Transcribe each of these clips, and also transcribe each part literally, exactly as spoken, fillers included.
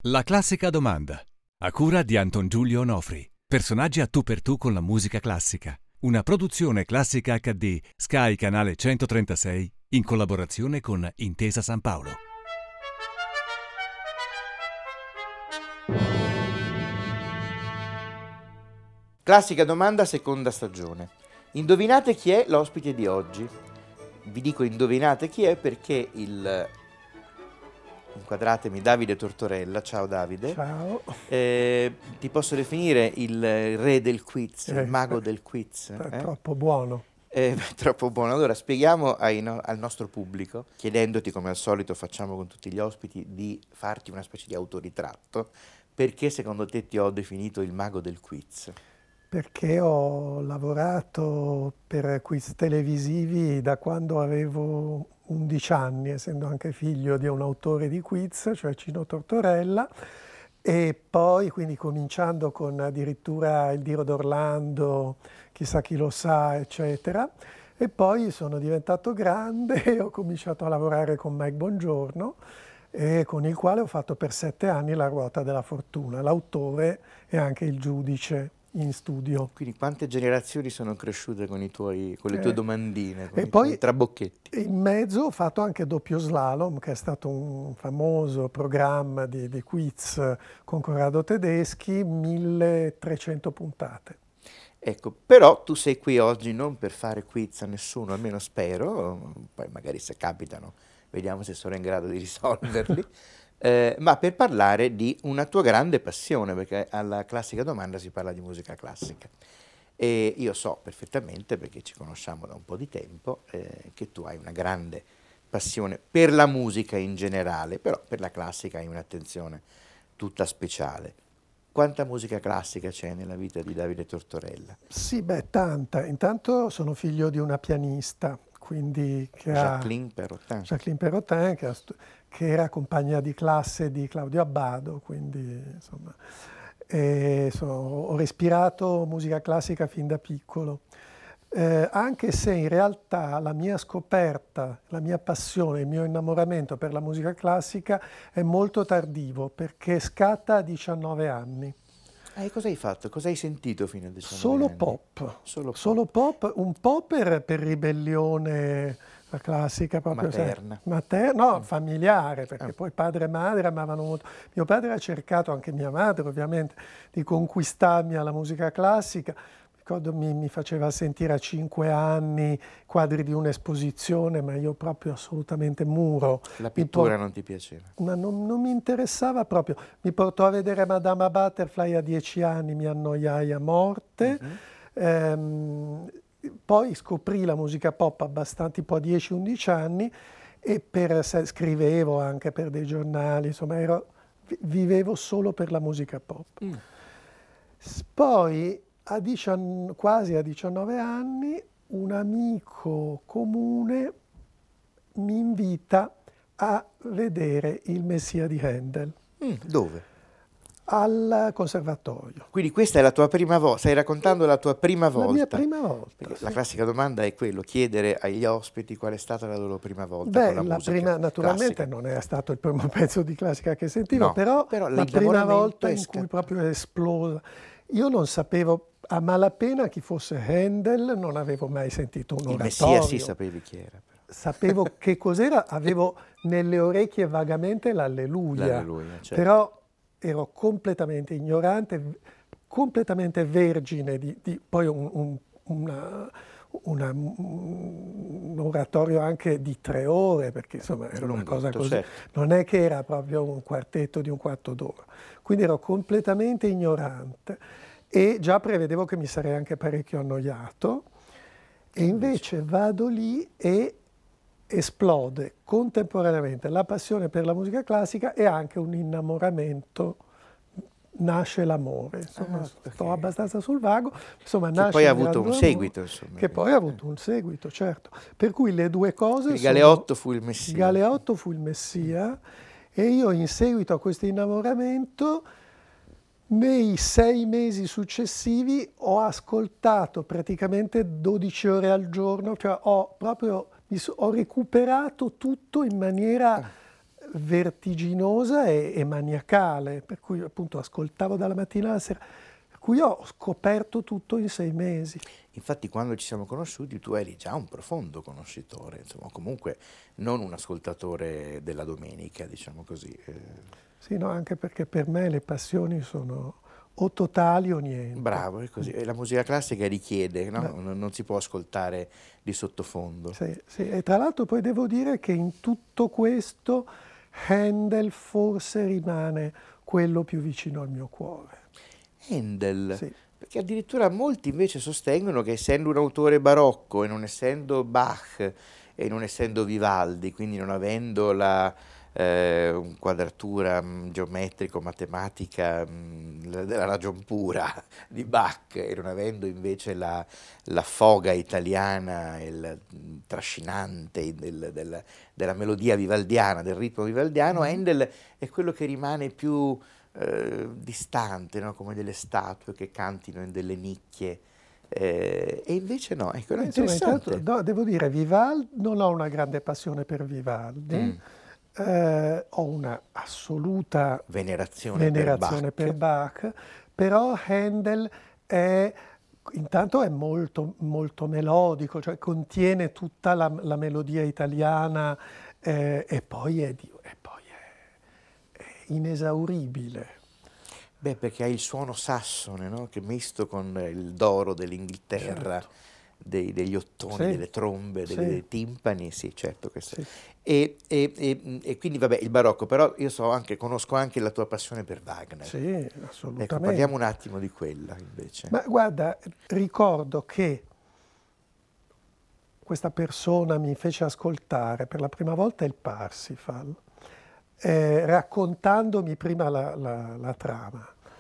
La classica domanda, a cura di Anton Giulio Onofri. Personaggi a tu per tu con la musica classica. Una produzione Classica acca di, Sky Canale centotrentasei, in collaborazione con Intesa San Paolo. Classica domanda, seconda stagione. Indovinate chi è l'ospite di oggi? Vi dico indovinate chi è perché il... Inquadratemi Davide Tortorella. Ciao Davide. Ciao. Eh, ti posso definire il re del quiz, Eh, il mago del quiz. È eh? troppo buono. Eh, troppo buono. Allora spieghiamo ai no- al nostro pubblico, chiedendoti come al solito facciamo con tutti gli ospiti, di farti una specie di autoritratto. Perché secondo te ti ho definito il mago del quiz? Perché ho lavorato per quiz televisivi da quando avevo undici anni, essendo anche figlio di un autore di quiz, cioè Cino Tortorella, e poi quindi cominciando con addirittura Il Diro d'Orlando, Chissà chi lo sa, eccetera, e poi sono diventato grande e ho cominciato a lavorare con Mike Bongiorno, e con il quale ho fatto per sette anni La Ruota della Fortuna, l'autore e anche il giudice in studio. Quindi quante generazioni sono cresciute con, i tuoi, con le tue Eh, domandine, con e i poi tuoi trabocchetti? in mezzo ho fatto anche Doppio Slalom, che è stato un famoso programma di, di quiz con Corrado Tedeschi, milletrecento puntate. Ecco, però tu sei qui oggi non per fare quiz a nessuno, almeno spero, poi magari se capitano vediamo se sono in grado di risolverli, eh, ma per parlare di una tua grande passione, perché alla classica domanda si parla di musica classica. E io so perfettamente, perché ci conosciamo da un po' di tempo, eh, che tu hai una grande passione per la musica in generale, però per la classica hai un'attenzione tutta speciale. Quanta musica classica c'è nella vita di Davide Tortorella? Sì, beh, tanta. Intanto sono figlio di una pianista, quindi che Jacqueline ha, Perrotin. Jacqueline Perrotin, che, ha stu- che era compagna di classe di Claudio Abbado, quindi insomma, e sono- ho respirato musica classica fin da piccolo. Eh, anche se in realtà la mia scoperta, la mia passione, il mio innamoramento per la musica classica è molto tardivo, perché scatta a diciannove anni. E cosa hai fatto? Cosa hai sentito fino a diciannove Solo anni? pop, Solo pop. solo pop, un po' per, per ribellione la classica proprio, sai, Materna. mater- no, familiare, perché Ah. poi padre e madre amavano molto. Mio padre ha cercato, anche mia madre ovviamente, di conquistarmi alla musica classica. Ricordo mi, mi faceva sentire a cinque anni quadri di un'esposizione, ma io proprio assolutamente muro. La Mi pittura por- non ti piaceva? ma non, non mi interessava proprio. Mi portò a vedere Madama Butterfly a dieci anni, mi annoiai a morte. Mhm. Ehm, poi scoprì la musica pop abbastanza, tipo a dieci undici anni, e per, se- scrivevo anche per dei giornali, insomma, ero- vi- vivevo solo per la musica pop. Mm. S- Poi, a diciannove quasi a diciannove anni, un amico comune mi invita a vedere il Messia di Handel Mm, Dove? al conservatorio. Quindi questa è la tua prima volta, stai raccontando la tua prima volta. La mia prima volta. Perché sì. la classica domanda è quello, chiedere agli ospiti qual è stata la loro prima volta Beh, con la, la musica prima, naturalmente classica. non è stato il primo pezzo di classica che sentivo, No, però, però la prima l'innamoramento volta è in cui scattato. proprio è esplosa. Io non sapevo a malapena chi fosse Handel, non avevo mai sentito un Il oratorio. Messia sì, sapevi chi era. Però. Sapevo che cos'era, avevo nelle orecchie vagamente l'Alleluia, L'Alleluia, certo. però ero completamente ignorante, completamente vergine di, di poi un, un, una, una, un oratorio anche di tre ore, perché insomma era una Lunghetto, cosa così, certo. non è che era proprio un quartetto di un quarto d'ora, quindi ero completamente ignorante e già prevedevo che mi sarei anche parecchio annoiato, e invece vado lì e esplode contemporaneamente la passione per la musica classica e anche un innamoramento, nasce l'amore, insomma, Ah, sto ok. abbastanza sul vago, insomma, Che nasce poi ha il avuto grande un amore, seguito, insomma. che poi ha avuto un seguito, certo. Per cui le due cose Quindi sono... Galeotto fu il Messia. Galeotto fu il Messia, e io in seguito a questo innamoramento, nei sei mesi successivi, ho ascoltato praticamente dodici ore al giorno, cioè ho proprio mi so- ho recuperato tutto in maniera vertiginosa e, e maniacale, per cui appunto ascoltavo dalla mattina alla sera, per cui ho scoperto tutto in sei mesi. Infatti quando ci siamo conosciuti tu eri già un profondo conoscitore, insomma, comunque non un ascoltatore della domenica, diciamo così. Sì, no, anche perché per me le passioni sono o totali o niente. Bravo, è così. E la musica classica richiede, no? non, non si può ascoltare di sottofondo. Sì, sì. E tra l'altro poi devo dire che in tutto questo Handel forse rimane quello più vicino al mio cuore. Handel? Sì. Perché addirittura molti invece sostengono che essendo un autore barocco e non essendo Bach e non essendo Vivaldi, quindi non avendo la eh, quadratura mh, geometrico-matematica mh, della ragion pura di Bach e non avendo invece la, la foga italiana, il mh, trascinante del, del, della melodia vivaldiana, del ritmo vivaldiano, Mm. Handel è quello che rimane più Eh, distante, no? Come delle statue che cantino in delle nicchie, eh, e invece no, ecco, no, Insomma, interessante. intanto, no, devo dire, Vivaldi, non ho una grande passione per Vivaldi, Mm. eh, ho una assoluta Venerazione, venerazione per Bach. per Bach, però Handel è, intanto è molto, molto melodico, cioè contiene tutta la, la melodia italiana, eh, e poi è, di- e poi è, è inesauribile. Beh, perché ha il suono sassone, no? Che misto con il doro dell'Inghilterra, Certo. dei- degli ottoni, Sì, delle trombe, dei, sì, dei timpani, sì, certo che sì. sì. E, e- e- e quindi vabbè, il barocco, però io so anche, conosco anche la tua passione per Wagner. Sì, Ecco, assolutamente. parliamo un attimo di quella invece. Ma guarda, ricordo che questa persona mi fece ascoltare per la prima volta il Parsifal, eh, raccontandomi prima la, la- la trama.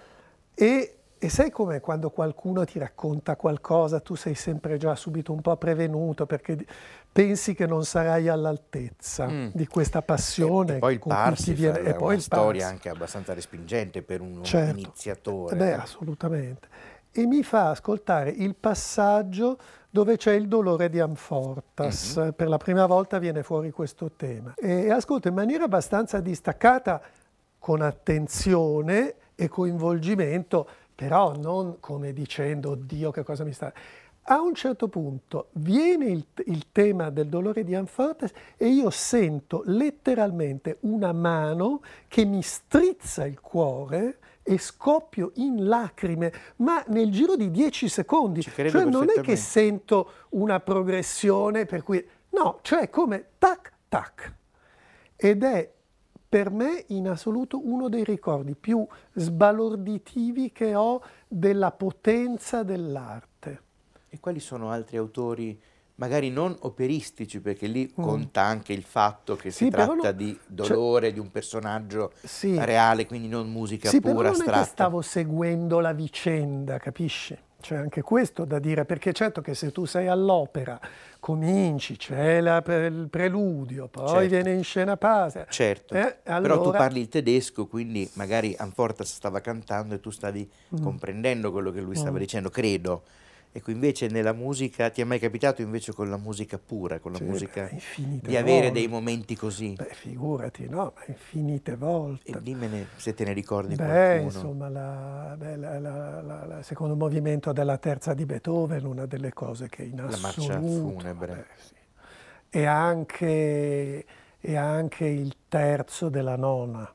E, e sai come quando qualcuno ti racconta qualcosa, tu sei sempre già subito un po' prevenuto perché di- pensi che non sarai all'altezza Mm. di questa E, passione e poi il con cui ti viene. Parsifal E è poi una il storia Parsifal. anche abbastanza respingente per un Certo. iniziatore. Beh, no? assolutamente. E mi fa ascoltare il passaggio dove c'è il dolore di Amfortas. Mhm. Per la prima volta viene fuori questo tema. E ascolto in maniera abbastanza distaccata, con attenzione e coinvolgimento, però non come dicendo, oddio, che cosa mi sta... A un certo punto viene il, il tema del dolore di Amfortas e io sento letteralmente una mano che mi strizza il cuore e scoppio in lacrime, ma nel giro di dieci secondi. Ci credo Cioè non è che perfettamente. sento una progressione per cui... No, cioè come tac, tac. Ed è per me in assoluto uno dei ricordi più sbalorditivi che ho della potenza dell'arte. E quali sono altri autori, magari non operistici, perché lì Mm. conta anche il fatto che si Sì, però tratta no- di cioè- dolore, di un personaggio Sì. reale, quindi non musica Sì, però pura, non è che astratta. stavo seguendo la vicenda, capisci? C'è anche questo da dire, perché certo che se tu sei all'opera, cominci, c'è la- il preludio, poi Certo. viene in scena Pasa. Certo, Eh, però tu allora- parli il tedesco, quindi magari Amfortas stava cantando e tu stavi Mm. comprendendo quello che lui stava Mm. dicendo, credo. Ecco, invece nella musica, ti è mai capitato invece con la musica pura, con la Sì, musica, beh, infinite di avere volte. dei momenti così? Beh, figurati, no, ma infinite volte. E dimmene se te ne ricordi Beh, qualcuno. insomma, la, beh, la- la- la- la- il secondo movimento della terza di Beethoven, una delle cose che in La marcia assoluto... funebre. vabbè, sì. E anche, e anche il terzo della nona,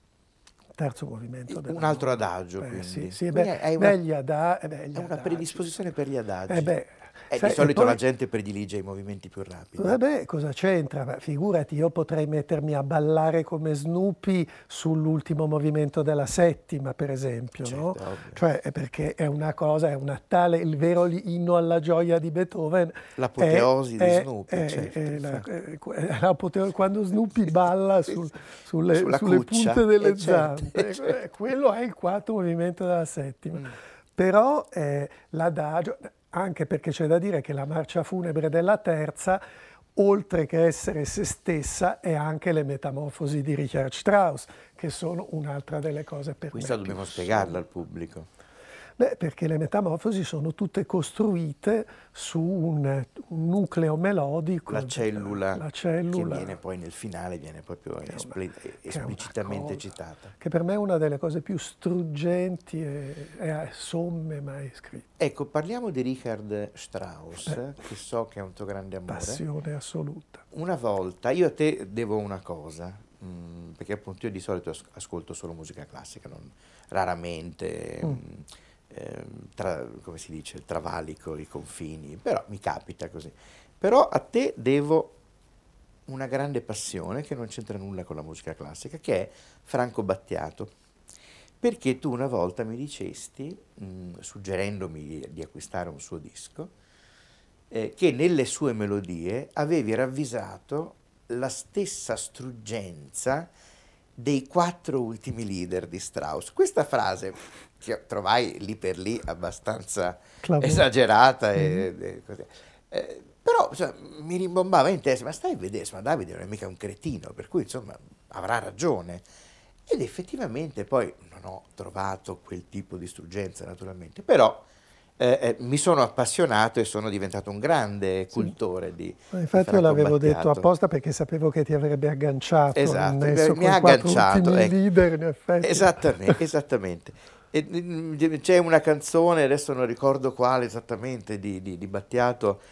il terzo movimento della Un altro nona. adagio, Beh, quindi. sì, sì, Quindi beh, hai una- beh, gli ada- eh, beh, gli È una adagi. predisposizione per gli adagi. Eh beh, Eh, sai, di e solito poi- la gente predilige i movimenti più rapidi. Vabbè, cosa c'entra? Ma figurati, io potrei mettermi a ballare come Snoopy sull'ultimo movimento della settima, per esempio, Certo, no? ovvio. Cioè, è perché è una cosa, è una tale, il vero inno alla gioia di Beethoven. L'apoteosi è- di è- Snoopy, è- certo, è la- infatti. è- è l'apoteo- quando Snoopy balla Sì, sul- sì. sulle, Sulla sulle cuccia, punte delle eh, certo, zampe, eh, certo. Eh, quello è il quarto movimento della settima. Mm. Però eh, l'adagio, anche perché c'è da dire che la marcia funebre della terza, oltre che essere se stessa, è anche le metamorfosi di Richard Strauss, che sono un'altra delle cose per Questa me dobbiamo più spiegarla sono- al pubblico. Beh, perché le metamorfosi sono tutte costruite su un, un nucleo melodico. La cellula, la cellula che viene poi nel finale, viene proprio che è una- espli- che è esplicitamente una cosa citata. che per me è una delle cose più struggenti e, e somme mai scritte. Ecco, parliamo di Richard Strauss, Eh. che so che è un tuo grande amore. Passione assoluta. Una volta, io a te devo una cosa, mh, perché appunto io di solito as- ascolto solo musica classica, non, raramente, Mm. mh, ehm, tra- come si dice, travalico i confini, però mi capita così. Però a te devo una grande passione che non c'entra nulla con la musica classica, che è Franco Battiato. Perché tu una volta mi dicesti, mh, suggerendomi di, di acquistare un suo disco, eh, che nelle sue melodie avevi ravvisato la stessa struggenza dei quattro ultimi leader di Strauss. Questa frase, che trovai lì per lì abbastanza Clamore. esagerata, Mhm. e, e così. Eh, però cioè, mi rimbombava in testa, ma stai a vedere, ma Davide non è mica un cretino, per cui insomma avrà ragione. Ed effettivamente poi non ho trovato quel tipo di struggenza naturalmente, però eh, eh, mi sono appassionato e sono diventato un grande Sì. cultore di, Ma di infatti io Franco l'avevo detto Battiato. apposta perché sapevo che ti avrebbe agganciato il Esatto, nesso mi con ha i quattro agganciato, ultimi ecco. leader, in effetti. Esattamente, esattamente. E, mm, c'è una canzone, adesso non ricordo quale esattamente, di, di, di Battiato,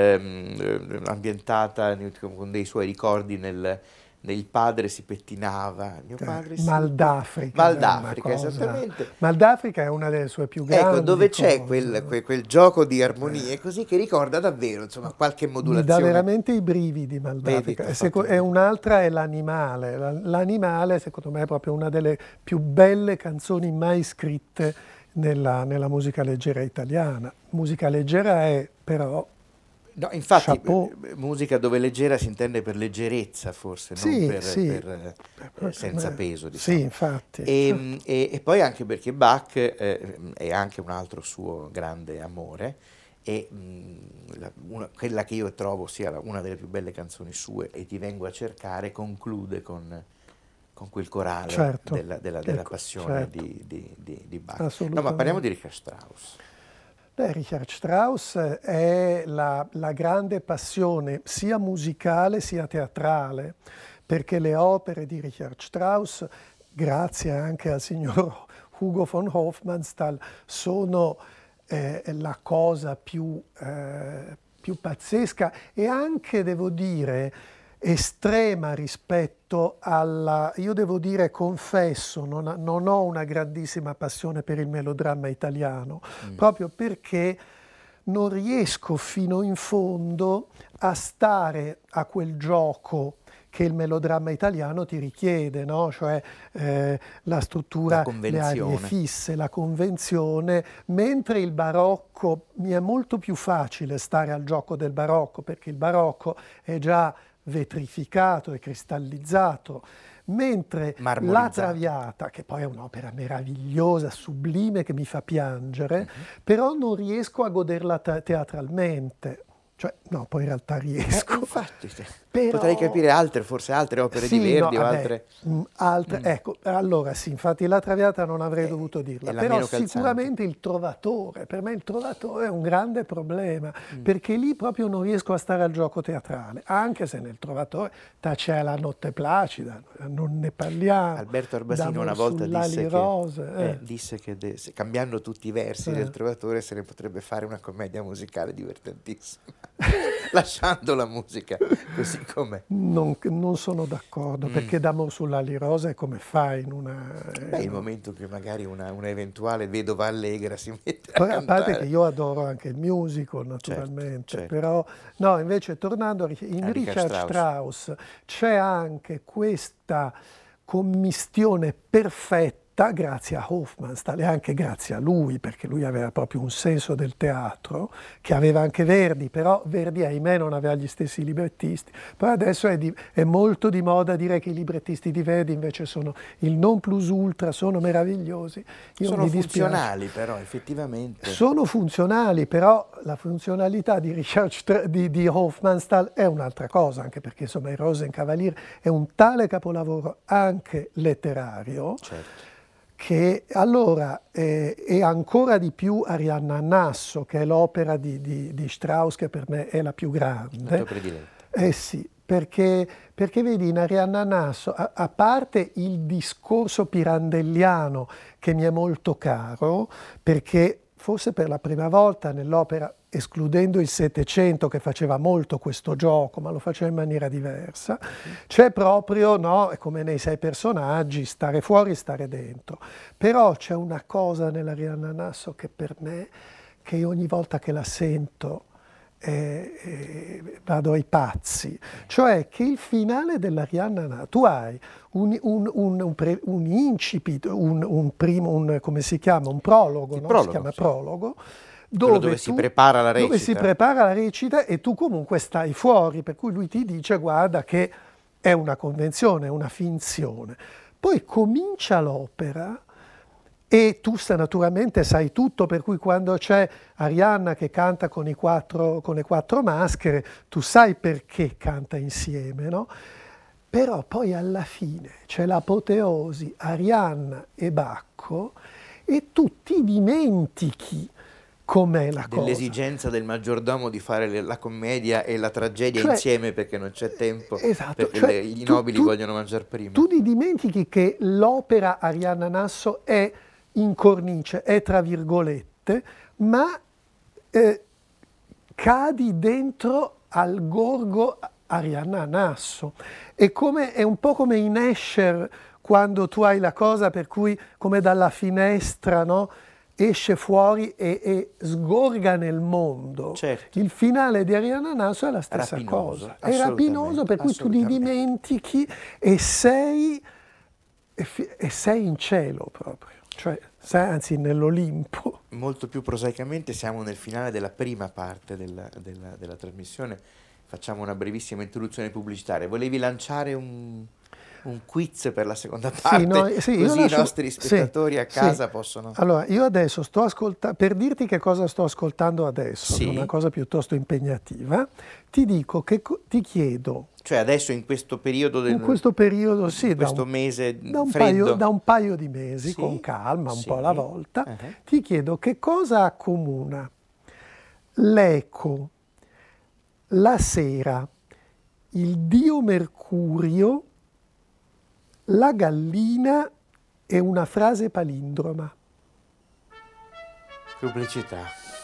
ehm, ambientata con dei suoi ricordi nel, nel padre si pettinava, mio padre si Mal d'Africa, Mal è una d'Africa, cosa- esattamente. Mal d'Africa è una delle sue più grandi Ecco, dove c'è cose. quel, quel- quel gioco di armonie così che ricorda davvero, insomma, qualche Mi dà modulazione. veramente i brividi Mal Vedi, d'Africa. t'ho E, seco- fatto e vedere. un'altra è L'Animale. La- L'Animale, secondo me, è proprio una delle più belle canzoni mai scritte nella, nella musica leggera italiana. Musica leggera è, però, No, infatti, Chapeau. eh, musica dove leggera si intende per leggerezza, forse, Sì, non per, sì. per, eh, per senza me- peso, diciamo. Sì, infatti. E, e- e poi anche perché Bach eh, è anche un altro suo grande amore, e mh, la- una- quella che io trovo sia la- una delle più belle canzoni sue, E ti vengo a cercare, conclude con, con quel corale Certo. della, della- della Ecco, passione certo. di, di- di- di Bach. Assolutamente. No, ma parliamo di Richard Strauss. Beh, Richard Strauss è la, la grande passione sia musicale sia teatrale, perché le opere di Richard Strauss, grazie anche al signor Hugo von Hofmannsthal, sono eh, la cosa più, eh, più pazzesca e anche, devo dire, estrema rispetto alla... Io devo dire, confesso, non, non ho una grandissima passione per il melodramma italiano, Mm. proprio perché non riesco fino in fondo a stare a quel gioco che il melodramma italiano ti richiede, no? Cioè eh, la struttura, La le arie convenzione. fisse, la convenzione, mentre il barocco mi è molto più facile stare al gioco del barocco, perché il barocco è già vetrificato e cristallizzato, mentre la Marmorizzato. Traviata, che poi è un'opera meravigliosa, sublime, che mi fa piangere, Mhm. però non riesco a goderla te- teatralmente. Cioè, no, poi in realtà Eh, riesco. infatti, sì. Però- Potrei capire altre, forse altre opere Sì, di Verdi no, o vabbè, altre... mh, altre- Mm. ecco, allora sì, infatti la Traviata non avrei È- dovuto dirla, è la però meno calzante. sicuramente il Trovatore, per me il Trovatore è un grande problema, Mm. perché lì proprio non riesco a stare al gioco teatrale, anche se nel Trovatore c'è la notte placida, non ne parliamo. Alberto Arbasino D'amor una volta sull'ali disse che, rose, eh. eh, disse che de- se- cambiando tutti i versi Eh. del Trovatore se ne potrebbe fare una commedia musicale divertentissima, lasciando la musica così com'è. Non, non sono d'accordo, Mm. perché D'amor sull'ali rose è come fai in una... Beh, il momento che magari una, una eventuale vedova allegra si mette a Poi, a cantare. parte che io adoro anche il musical, naturalmente, certo. però no, invece tornando a Rich- in A Richard Richard Strauss c'è anche questa commistione perfetta, grazie a Hofmannsthal e anche grazie a lui, perché lui aveva proprio un senso del teatro, che aveva anche Verdi, però Verdi, ahimè, non aveva gli stessi librettisti. Poi adesso è, di- è molto di moda dire che i librettisti di Verdi invece sono il non plus ultra, sono meravigliosi. Io Sono mi dispiace. funzionali però, effettivamente. Sono funzionali, però la funzionalità di, Richard Stra- di, di Hofmannsthal è un'altra cosa, anche perché insomma il Rosenkavalier è un tale capolavoro anche letterario Certo. che allora eh, è ancora di più Arianna Nasso, che è l'opera di, di, di Strauss, che per me è la più grande. La tua prediletta. Eh sì, perché, perché vedi in Arianna Nasso, a, a parte il discorso pirandelliano che mi è molto caro, perché forse per la prima volta nell'opera, escludendo il Settecento che faceva molto questo gioco, ma lo faceva in maniera diversa, c'è proprio, no, è come nei sei personaggi, stare fuori, stare dentro. Però c'è una cosa nell'Arianna Nasso che per me, che io ogni volta che la sento eh, eh, vado ai pazzi, cioè che il finale dell'Arianna Nasso, tu hai un, un, un, un, pre, un incipit, un, un primo, un, come si chiama, un prologo, Il no? prologo, Si chiama sì. prologo, dove, dove tu, si prepara la recita. dove si prepara la recita e tu comunque stai fuori, per cui lui ti dice guarda che è una convenzione, è una finzione. Poi comincia l'opera e tu sta, naturalmente sai tutto, per cui quando c'è Arianna che canta con, i quattro, con le quattro maschere, tu sai perché canta insieme, no? Però poi alla fine c'è l'apoteosi Arianna e Bacco e tu ti dimentichi com'è la cosa. Dell'esigenza del maggiordomo di fare le, la commedia e la tragedia Cioè, insieme perché non c'è tempo, esatto, perché cioè, le, i tu, nobili tu, vogliono mangiare prima. Tu ti dimentichi che l'opera Arianna Nasso è in cornice, è tra virgolette, ma eh, cadi dentro al gorgo Arianna Nasso. È, come, è un po' come in Escher, quando tu hai la cosa per cui come dalla finestra, no? Esce fuori e, e sgorga nel mondo. Certo. Il finale di Arianna Nasso è la stessa Rapinoso, cosa. È rapinoso per cui tu ti dimentichi e sei, e, e sei in cielo proprio, cioè sei anzi nell'Olimpo. Molto più prosaicamente siamo nel finale della prima parte della, della, della trasmissione. Facciamo una brevissima introduzione pubblicitaria. Volevi lanciare un... un quiz per la seconda parte, sì, no, sì, così lascio, i nostri spettatori sì, a casa sì. possono... Allora, io adesso sto ascoltando, per dirti che cosa sto ascoltando adesso, sì. una cosa piuttosto impegnativa, ti dico che ti chiedo... Cioè adesso in questo periodo del... In questo periodo, sì, in questo da un, mese da un, freddo. paio, da un paio di mesi, sì, con calma, un sì. po' alla volta, uh-huh. ti chiedo che cosa accomuna l'eco, la sera, il dio Mercurio, la gallina e una frase palindroma. Pubblicità.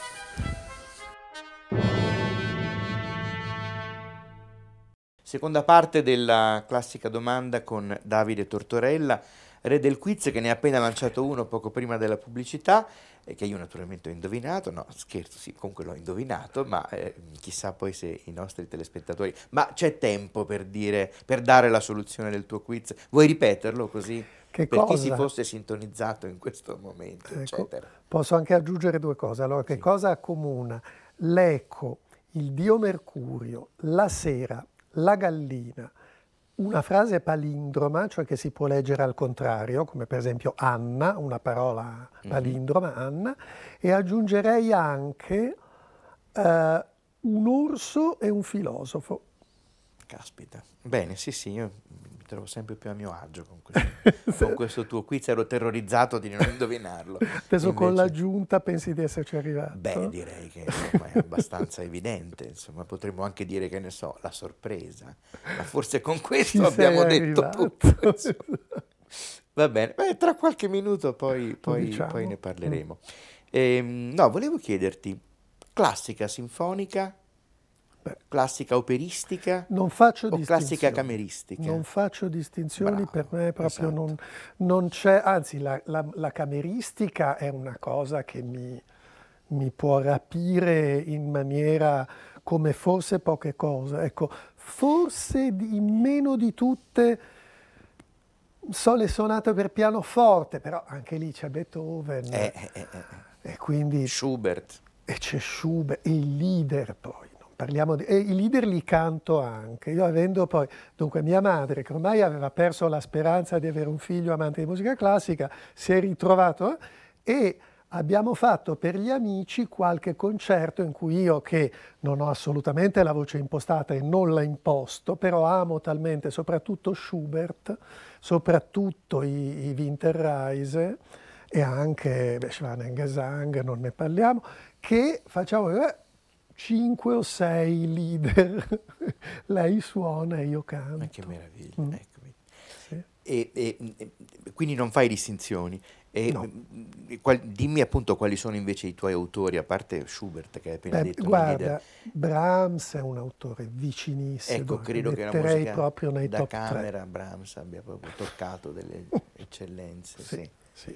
Seconda parte della classica domanda con Davide Tortorella, re del quiz, che ne ha appena lanciato uno poco prima della pubblicità, e che io naturalmente ho indovinato. No, scherzo, sì, comunque l'ho indovinato, ma eh, chissà poi se i nostri telespettatori... Ma c'è tempo per dire, per dare la soluzione del tuo quiz? Vuoi ripeterlo così? Che per cosa? chi si fosse sintonizzato in questo momento, ecco, eccetera. Posso anche aggiungere due cose. Allora, che sì. cosa accomuna l'eco, il dio Mercurio, la sera, la gallina, una frase palindroma, cioè che si può leggere al contrario, come per esempio Anna, una parola palindroma, mm-hmm. Anna, e aggiungerei anche eh, un orso e un filosofo. Caspita. Bene, sì, sì, io mi trovo sempre più a mio agio con questo, con questo tuo quiz, ero terrorizzato di non indovinarlo. Adesso invece... con l'aggiunta pensi di esserci arrivato? Beh, direi che insomma, è abbastanza evidente, insomma, potremmo anche dire che ne so, la sorpresa, ma forse con questo Ci abbiamo detto arrivato. tutto. Va bene, beh, tra qualche minuto poi, poi, diciamo. poi ne parleremo. Mm. Ehm, no, volevo chiederti, classica sinfonica, Beh, classica operistica non faccio o classica cameristica? Non faccio distinzioni, Bravo, per me proprio esatto. non, non c'è, anzi la, la, la cameristica è una cosa che mi, mi può rapire in maniera come forse poche cose. Ecco, forse di, meno di tutte so le sonate per pianoforte, però anche lì c'è Beethoven eh, eh, eh, eh. e quindi Schubert. E c'è Schubert, e i leader poi. Parliamo di, e i leader li canto anche. Io avendo poi, dunque mia madre, che ormai aveva perso la speranza di avere un figlio amante di musica classica, si è ritrovato eh, e abbiamo fatto per gli amici qualche concerto in cui io, che non ho assolutamente la voce impostata e non la imposto, però amo talmente soprattutto Schubert, soprattutto i, i Winterreise e anche Schwanengesang, non ne parliamo, che facciamo eh, cinque o sei leader, lei suona e io canto. Ma che meraviglia, Mm. eccomi. Sì. E, e- e- quindi non fai distinzioni. E, No. e qual- dimmi appunto quali sono invece i tuoi autori, a parte Schubert che hai appena Beh, detto. guarda, leader. Brahms è un autore vicinissimo, Ecco, credo che la metterei musica proprio nei da top tre. camera Brahms abbia proprio toccato delle eccellenze. Sì, Sì. sì,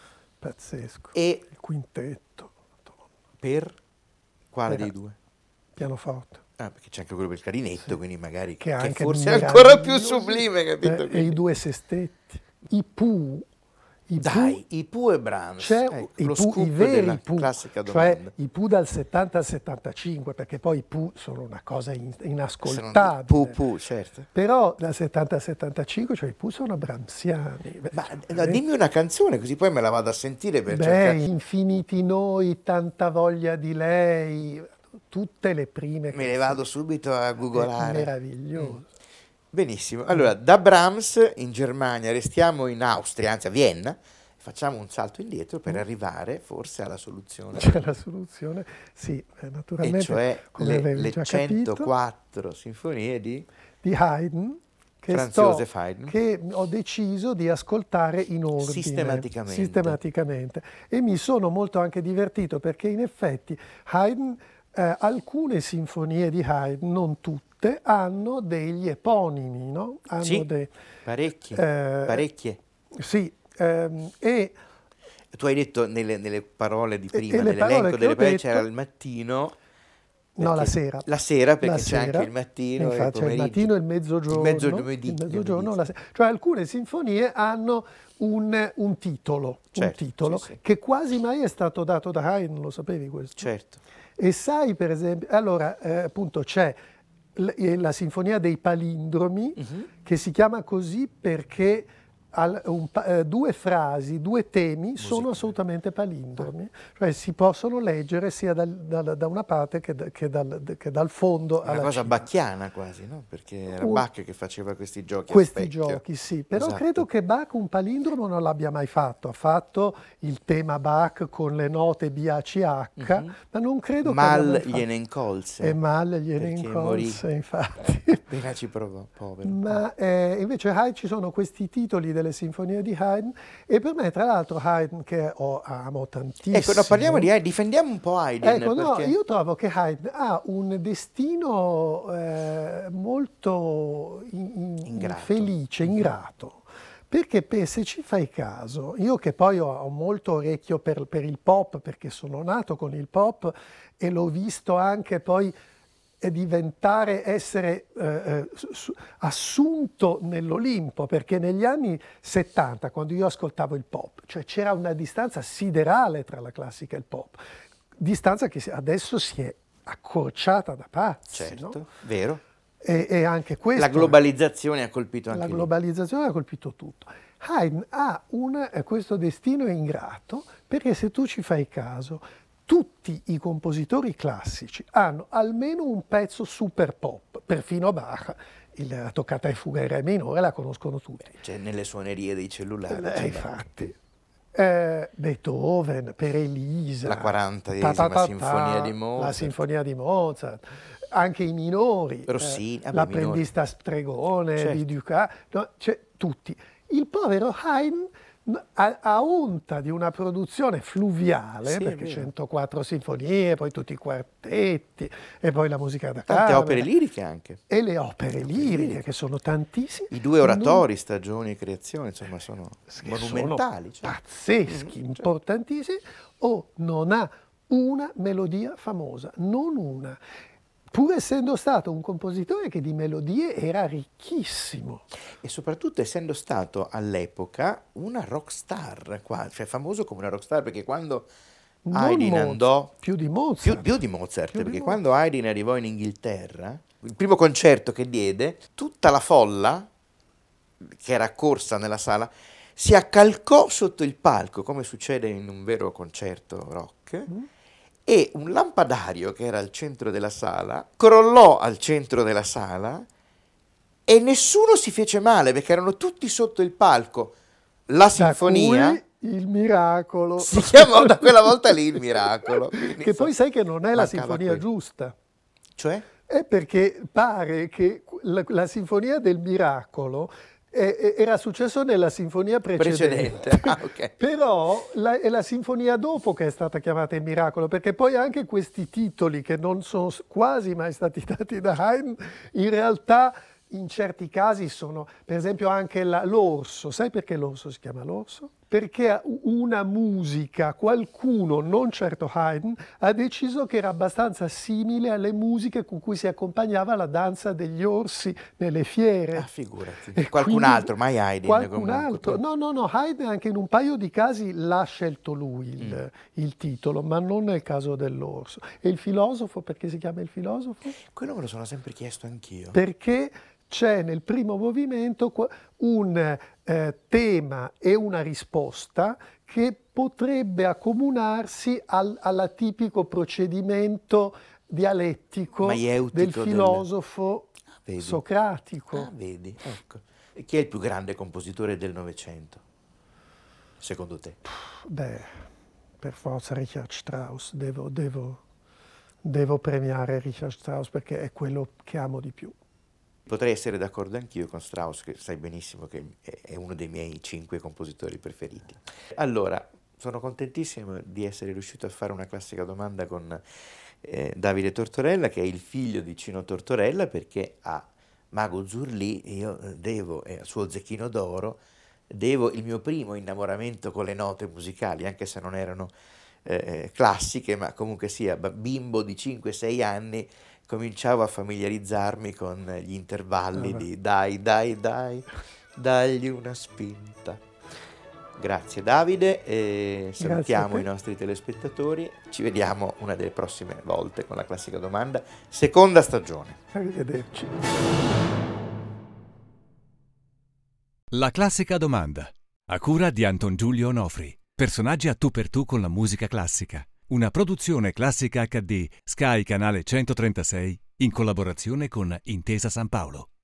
pazzesco. E Il quintetto, Madonna. per quale Per- dei due? pianoforte, Ah, perché c'è anche quello per il clarinetto, Sì. quindi magari che è che anche forse è ancora più meraviglioso. sublime, capito? Eh, e i Quindi- due sestetti, i Pooh, i Dai, Pooh, i Pooh e Brahms. c'è Ecco, i, lo Pooh, scoop i veri della Pooh, classica cioè domanda. i Pooh dal settanta al settantacinque, perché poi i Pooh sono una cosa in- Sono inascoltabile. Pooh Pooh, certo. Però dal settanta al settantacinque, cioè i Pooh sono bramsiani. Beh, Ma cioè, no, veramente- dimmi una canzone così poi me la vado a sentire per Beh, cercare. Infiniti noi, tanta voglia di lei, tutte le prime Me canzoni. le vado subito a È googolare. meraviglioso. Benissimo. Allora, da Brahms in Germania restiamo in Austria, anzi a Vienna, facciamo un salto indietro per arrivare forse alla soluzione. C'è la soluzione, sì, eh, E naturalmente, cioè come le, avevi le già capito, centoquattro sinfonie di di Haydn, che, Franz sto, Joseph Haydn. che ho deciso di ascoltare in ordine, Sistematicamente. sistematicamente. E mi sono molto anche divertito perché in effetti Haydn, eh, alcune sinfonie di Haydn, non tutte, hanno degli eponimi, no? Hanno Sì, dei, parecchie, eh, parecchie. sì, ehm, e Tu hai detto nelle, nelle parole di E- prima, e le parole nell'elenco che delle ho parole detto- c'era il mattino. no, la perché- sera. La sera, perché La c'è sera, anche il mattino e il infatti, c'è il pomeriggio. mattino e il mezzogiorno. Il mezzogiorno, il mezzogiorno, la sera. Cioè alcune sinfonie hanno un, un titolo, Certo, un titolo sì, sì. che quasi mai è stato dato da Haydn, lo sapevi questo? Certo. E sai, per esempio, allora eh, appunto c'è l- eh, la sinfonia dei palindromi, Mhm. che si chiama così perché al- un pa- eh, due frasi, due temi sono Musicali. assolutamente palindromi, cioè si possono leggere sia dal- dal- da una parte che, da- che dal, che dal fondo Una alla cosa cima. bacchiana quasi, no? Perché era Un- Bach che faceva questi giochi a Questi specchio. giochi, sì, però Esatto. credo che Bach un palindromo non l'abbia mai fatto. Ha fatto il tema Bach con le note B A C H, Mhm. ma non credo che abbia Mal mai fatto. gliene incolse. E Mal gliene perché incolse, infatti. Appena ci provò, povero. Ma eh, invece Haydn, ci sono questi titoli delle sinfonie di Haydn, e per me tra l'altro Haydn, che ho, amo tantissimo. Ecco, no, parliamo di Haydn, difendiamo un po' Haydn. Ecco, no, perché... io trovo che Haydn ha un destino eh, molto in- in- Ingrato. infelice, ingrato. Perché pe- se ci fai caso, io che poi ho, ho molto orecchio per, per il pop, perché sono nato con il pop e l'ho visto anche poi eh, diventare, essere eh, eh, su- assunto nell'Olimpo, perché negli anni settanta, quando io ascoltavo il pop, cioè c'era una distanza siderale tra la classica e il pop, distanza che si- adesso si è accorciata da pazzi, Certo, no? vero. E, e anche questo, La globalizzazione ha colpito anche la lì. globalizzazione ha colpito tutto. Haydn ha un, eh, questo destino ingrato perché, se tu ci fai caso, tutti i compositori classici hanno almeno un pezzo super pop, perfino Bach. Il, la toccata e fuga in re minore la conoscono tutti. Cioè, nelle suonerie dei cellulari. Eh, c'è infatti. Eh, Beethoven, per Elisa, La quarantaseiesima ta ta ta ta, sinfonia di Mozart. la sinfonia di Mozart, anche i minori, Rossini, vabbè, l'apprendista stregone Certo. di Dukas, no, cioè, tutti. Il povero Haydn n- a, a onta di una produzione fluviale, Sì, è perché vero. centoquattro sinfonie, poi tutti i quartetti, e poi la musica da Tante camera, opere liriche anche. e le opere liriche, che sono tantissime. I due oratori, stagioni e creazioni, insomma, sono che monumentali. sono cioè. pazzeschi, Mm, importantissimi, o non ha una melodia famosa, non una. Pur essendo stato un compositore che di melodie era ricchissimo. E soprattutto essendo stato all'epoca una rock star, qua- cioè famoso come una rock star, perché quando Non Haydn Mozart, andò... più di Mozart. Più, più di Mozart, Più di perché Mozart. quando Haydn arrivò in Inghilterra, il primo concerto che diede, tutta la folla che era accorsa nella sala si accalcò sotto il palco, come succede in un vero concerto rock, mm. e un lampadario che era al centro della sala crollò al centro della sala e nessuno si fece male perché erano tutti sotto il palco. La sinfonia... Da cui il miracolo. Si chiamò da quella volta lì il miracolo. Che poi sai che non è la sinfonia qui. giusta. Cioè? È perché pare che la, la sinfonia del miracolo eh, era successo nella sinfonia precedente. precedente. Ah, okay. Però la, è la sinfonia dopo che è stata chiamata il miracolo, perché poi anche questi titoli che non sono quasi mai stati dati da Haydn, in realtà in certi casi sono, per esempio anche la, l'orso. Sai perché l'orso si chiama l'orso? Perché una musica, qualcuno, non certo Haydn, ha deciso che era abbastanza simile alle musiche con cui si accompagnava la danza degli orsi nelle fiere. Ah, figurati. E qualcun quindi, altro, mai Haydn. Qualcun comunque. altro. No, no, no, Haydn anche in un paio di casi l'ha scelto lui il, mm. il titolo, ma non nel caso dell'orso. E il filosofo, perché si chiama il filosofo? Quello me lo sono sempre chiesto anch'io. Perché c'è nel primo movimento un eh, tema e una risposta che potrebbe accomunarsi al, all'atipico procedimento dialettico del filosofo del... ah, socratico. Ah, vedi, ecco. E chi è il più grande compositore del Novecento, secondo te? Beh, per forza Richard Strauss. Devo, devo, devo premiare Richard Strauss perché è quello che amo di più. Potrei essere d'accordo anch'io con Strauss, che sai benissimo che è uno dei miei cinque compositori preferiti. Allora, sono contentissimo di essere riuscito a fare una classica domanda con eh, Davide Tortorella, che è il figlio di Cino Tortorella, perché a Mago Zurlì io devo, e al suo Zecchino d'Oro, devo il mio primo innamoramento con le note musicali, anche se non erano eh, classiche, ma comunque sia bimbo di cinque sei anni, cominciavo a familiarizzarmi con gli intervalli di dai, dai, dai, dagli una spinta. Grazie Davide, e salutiamo i nostri telespettatori. Ci vediamo una delle prossime volte con la classica domanda, seconda stagione. Arrivederci. La classica domanda, a cura di Anton Giulio Onofri. Personaggi a tu per tu con la musica classica. Una produzione Classica acca di, Sky Canale centotrentasei, in collaborazione con Intesa San Paolo.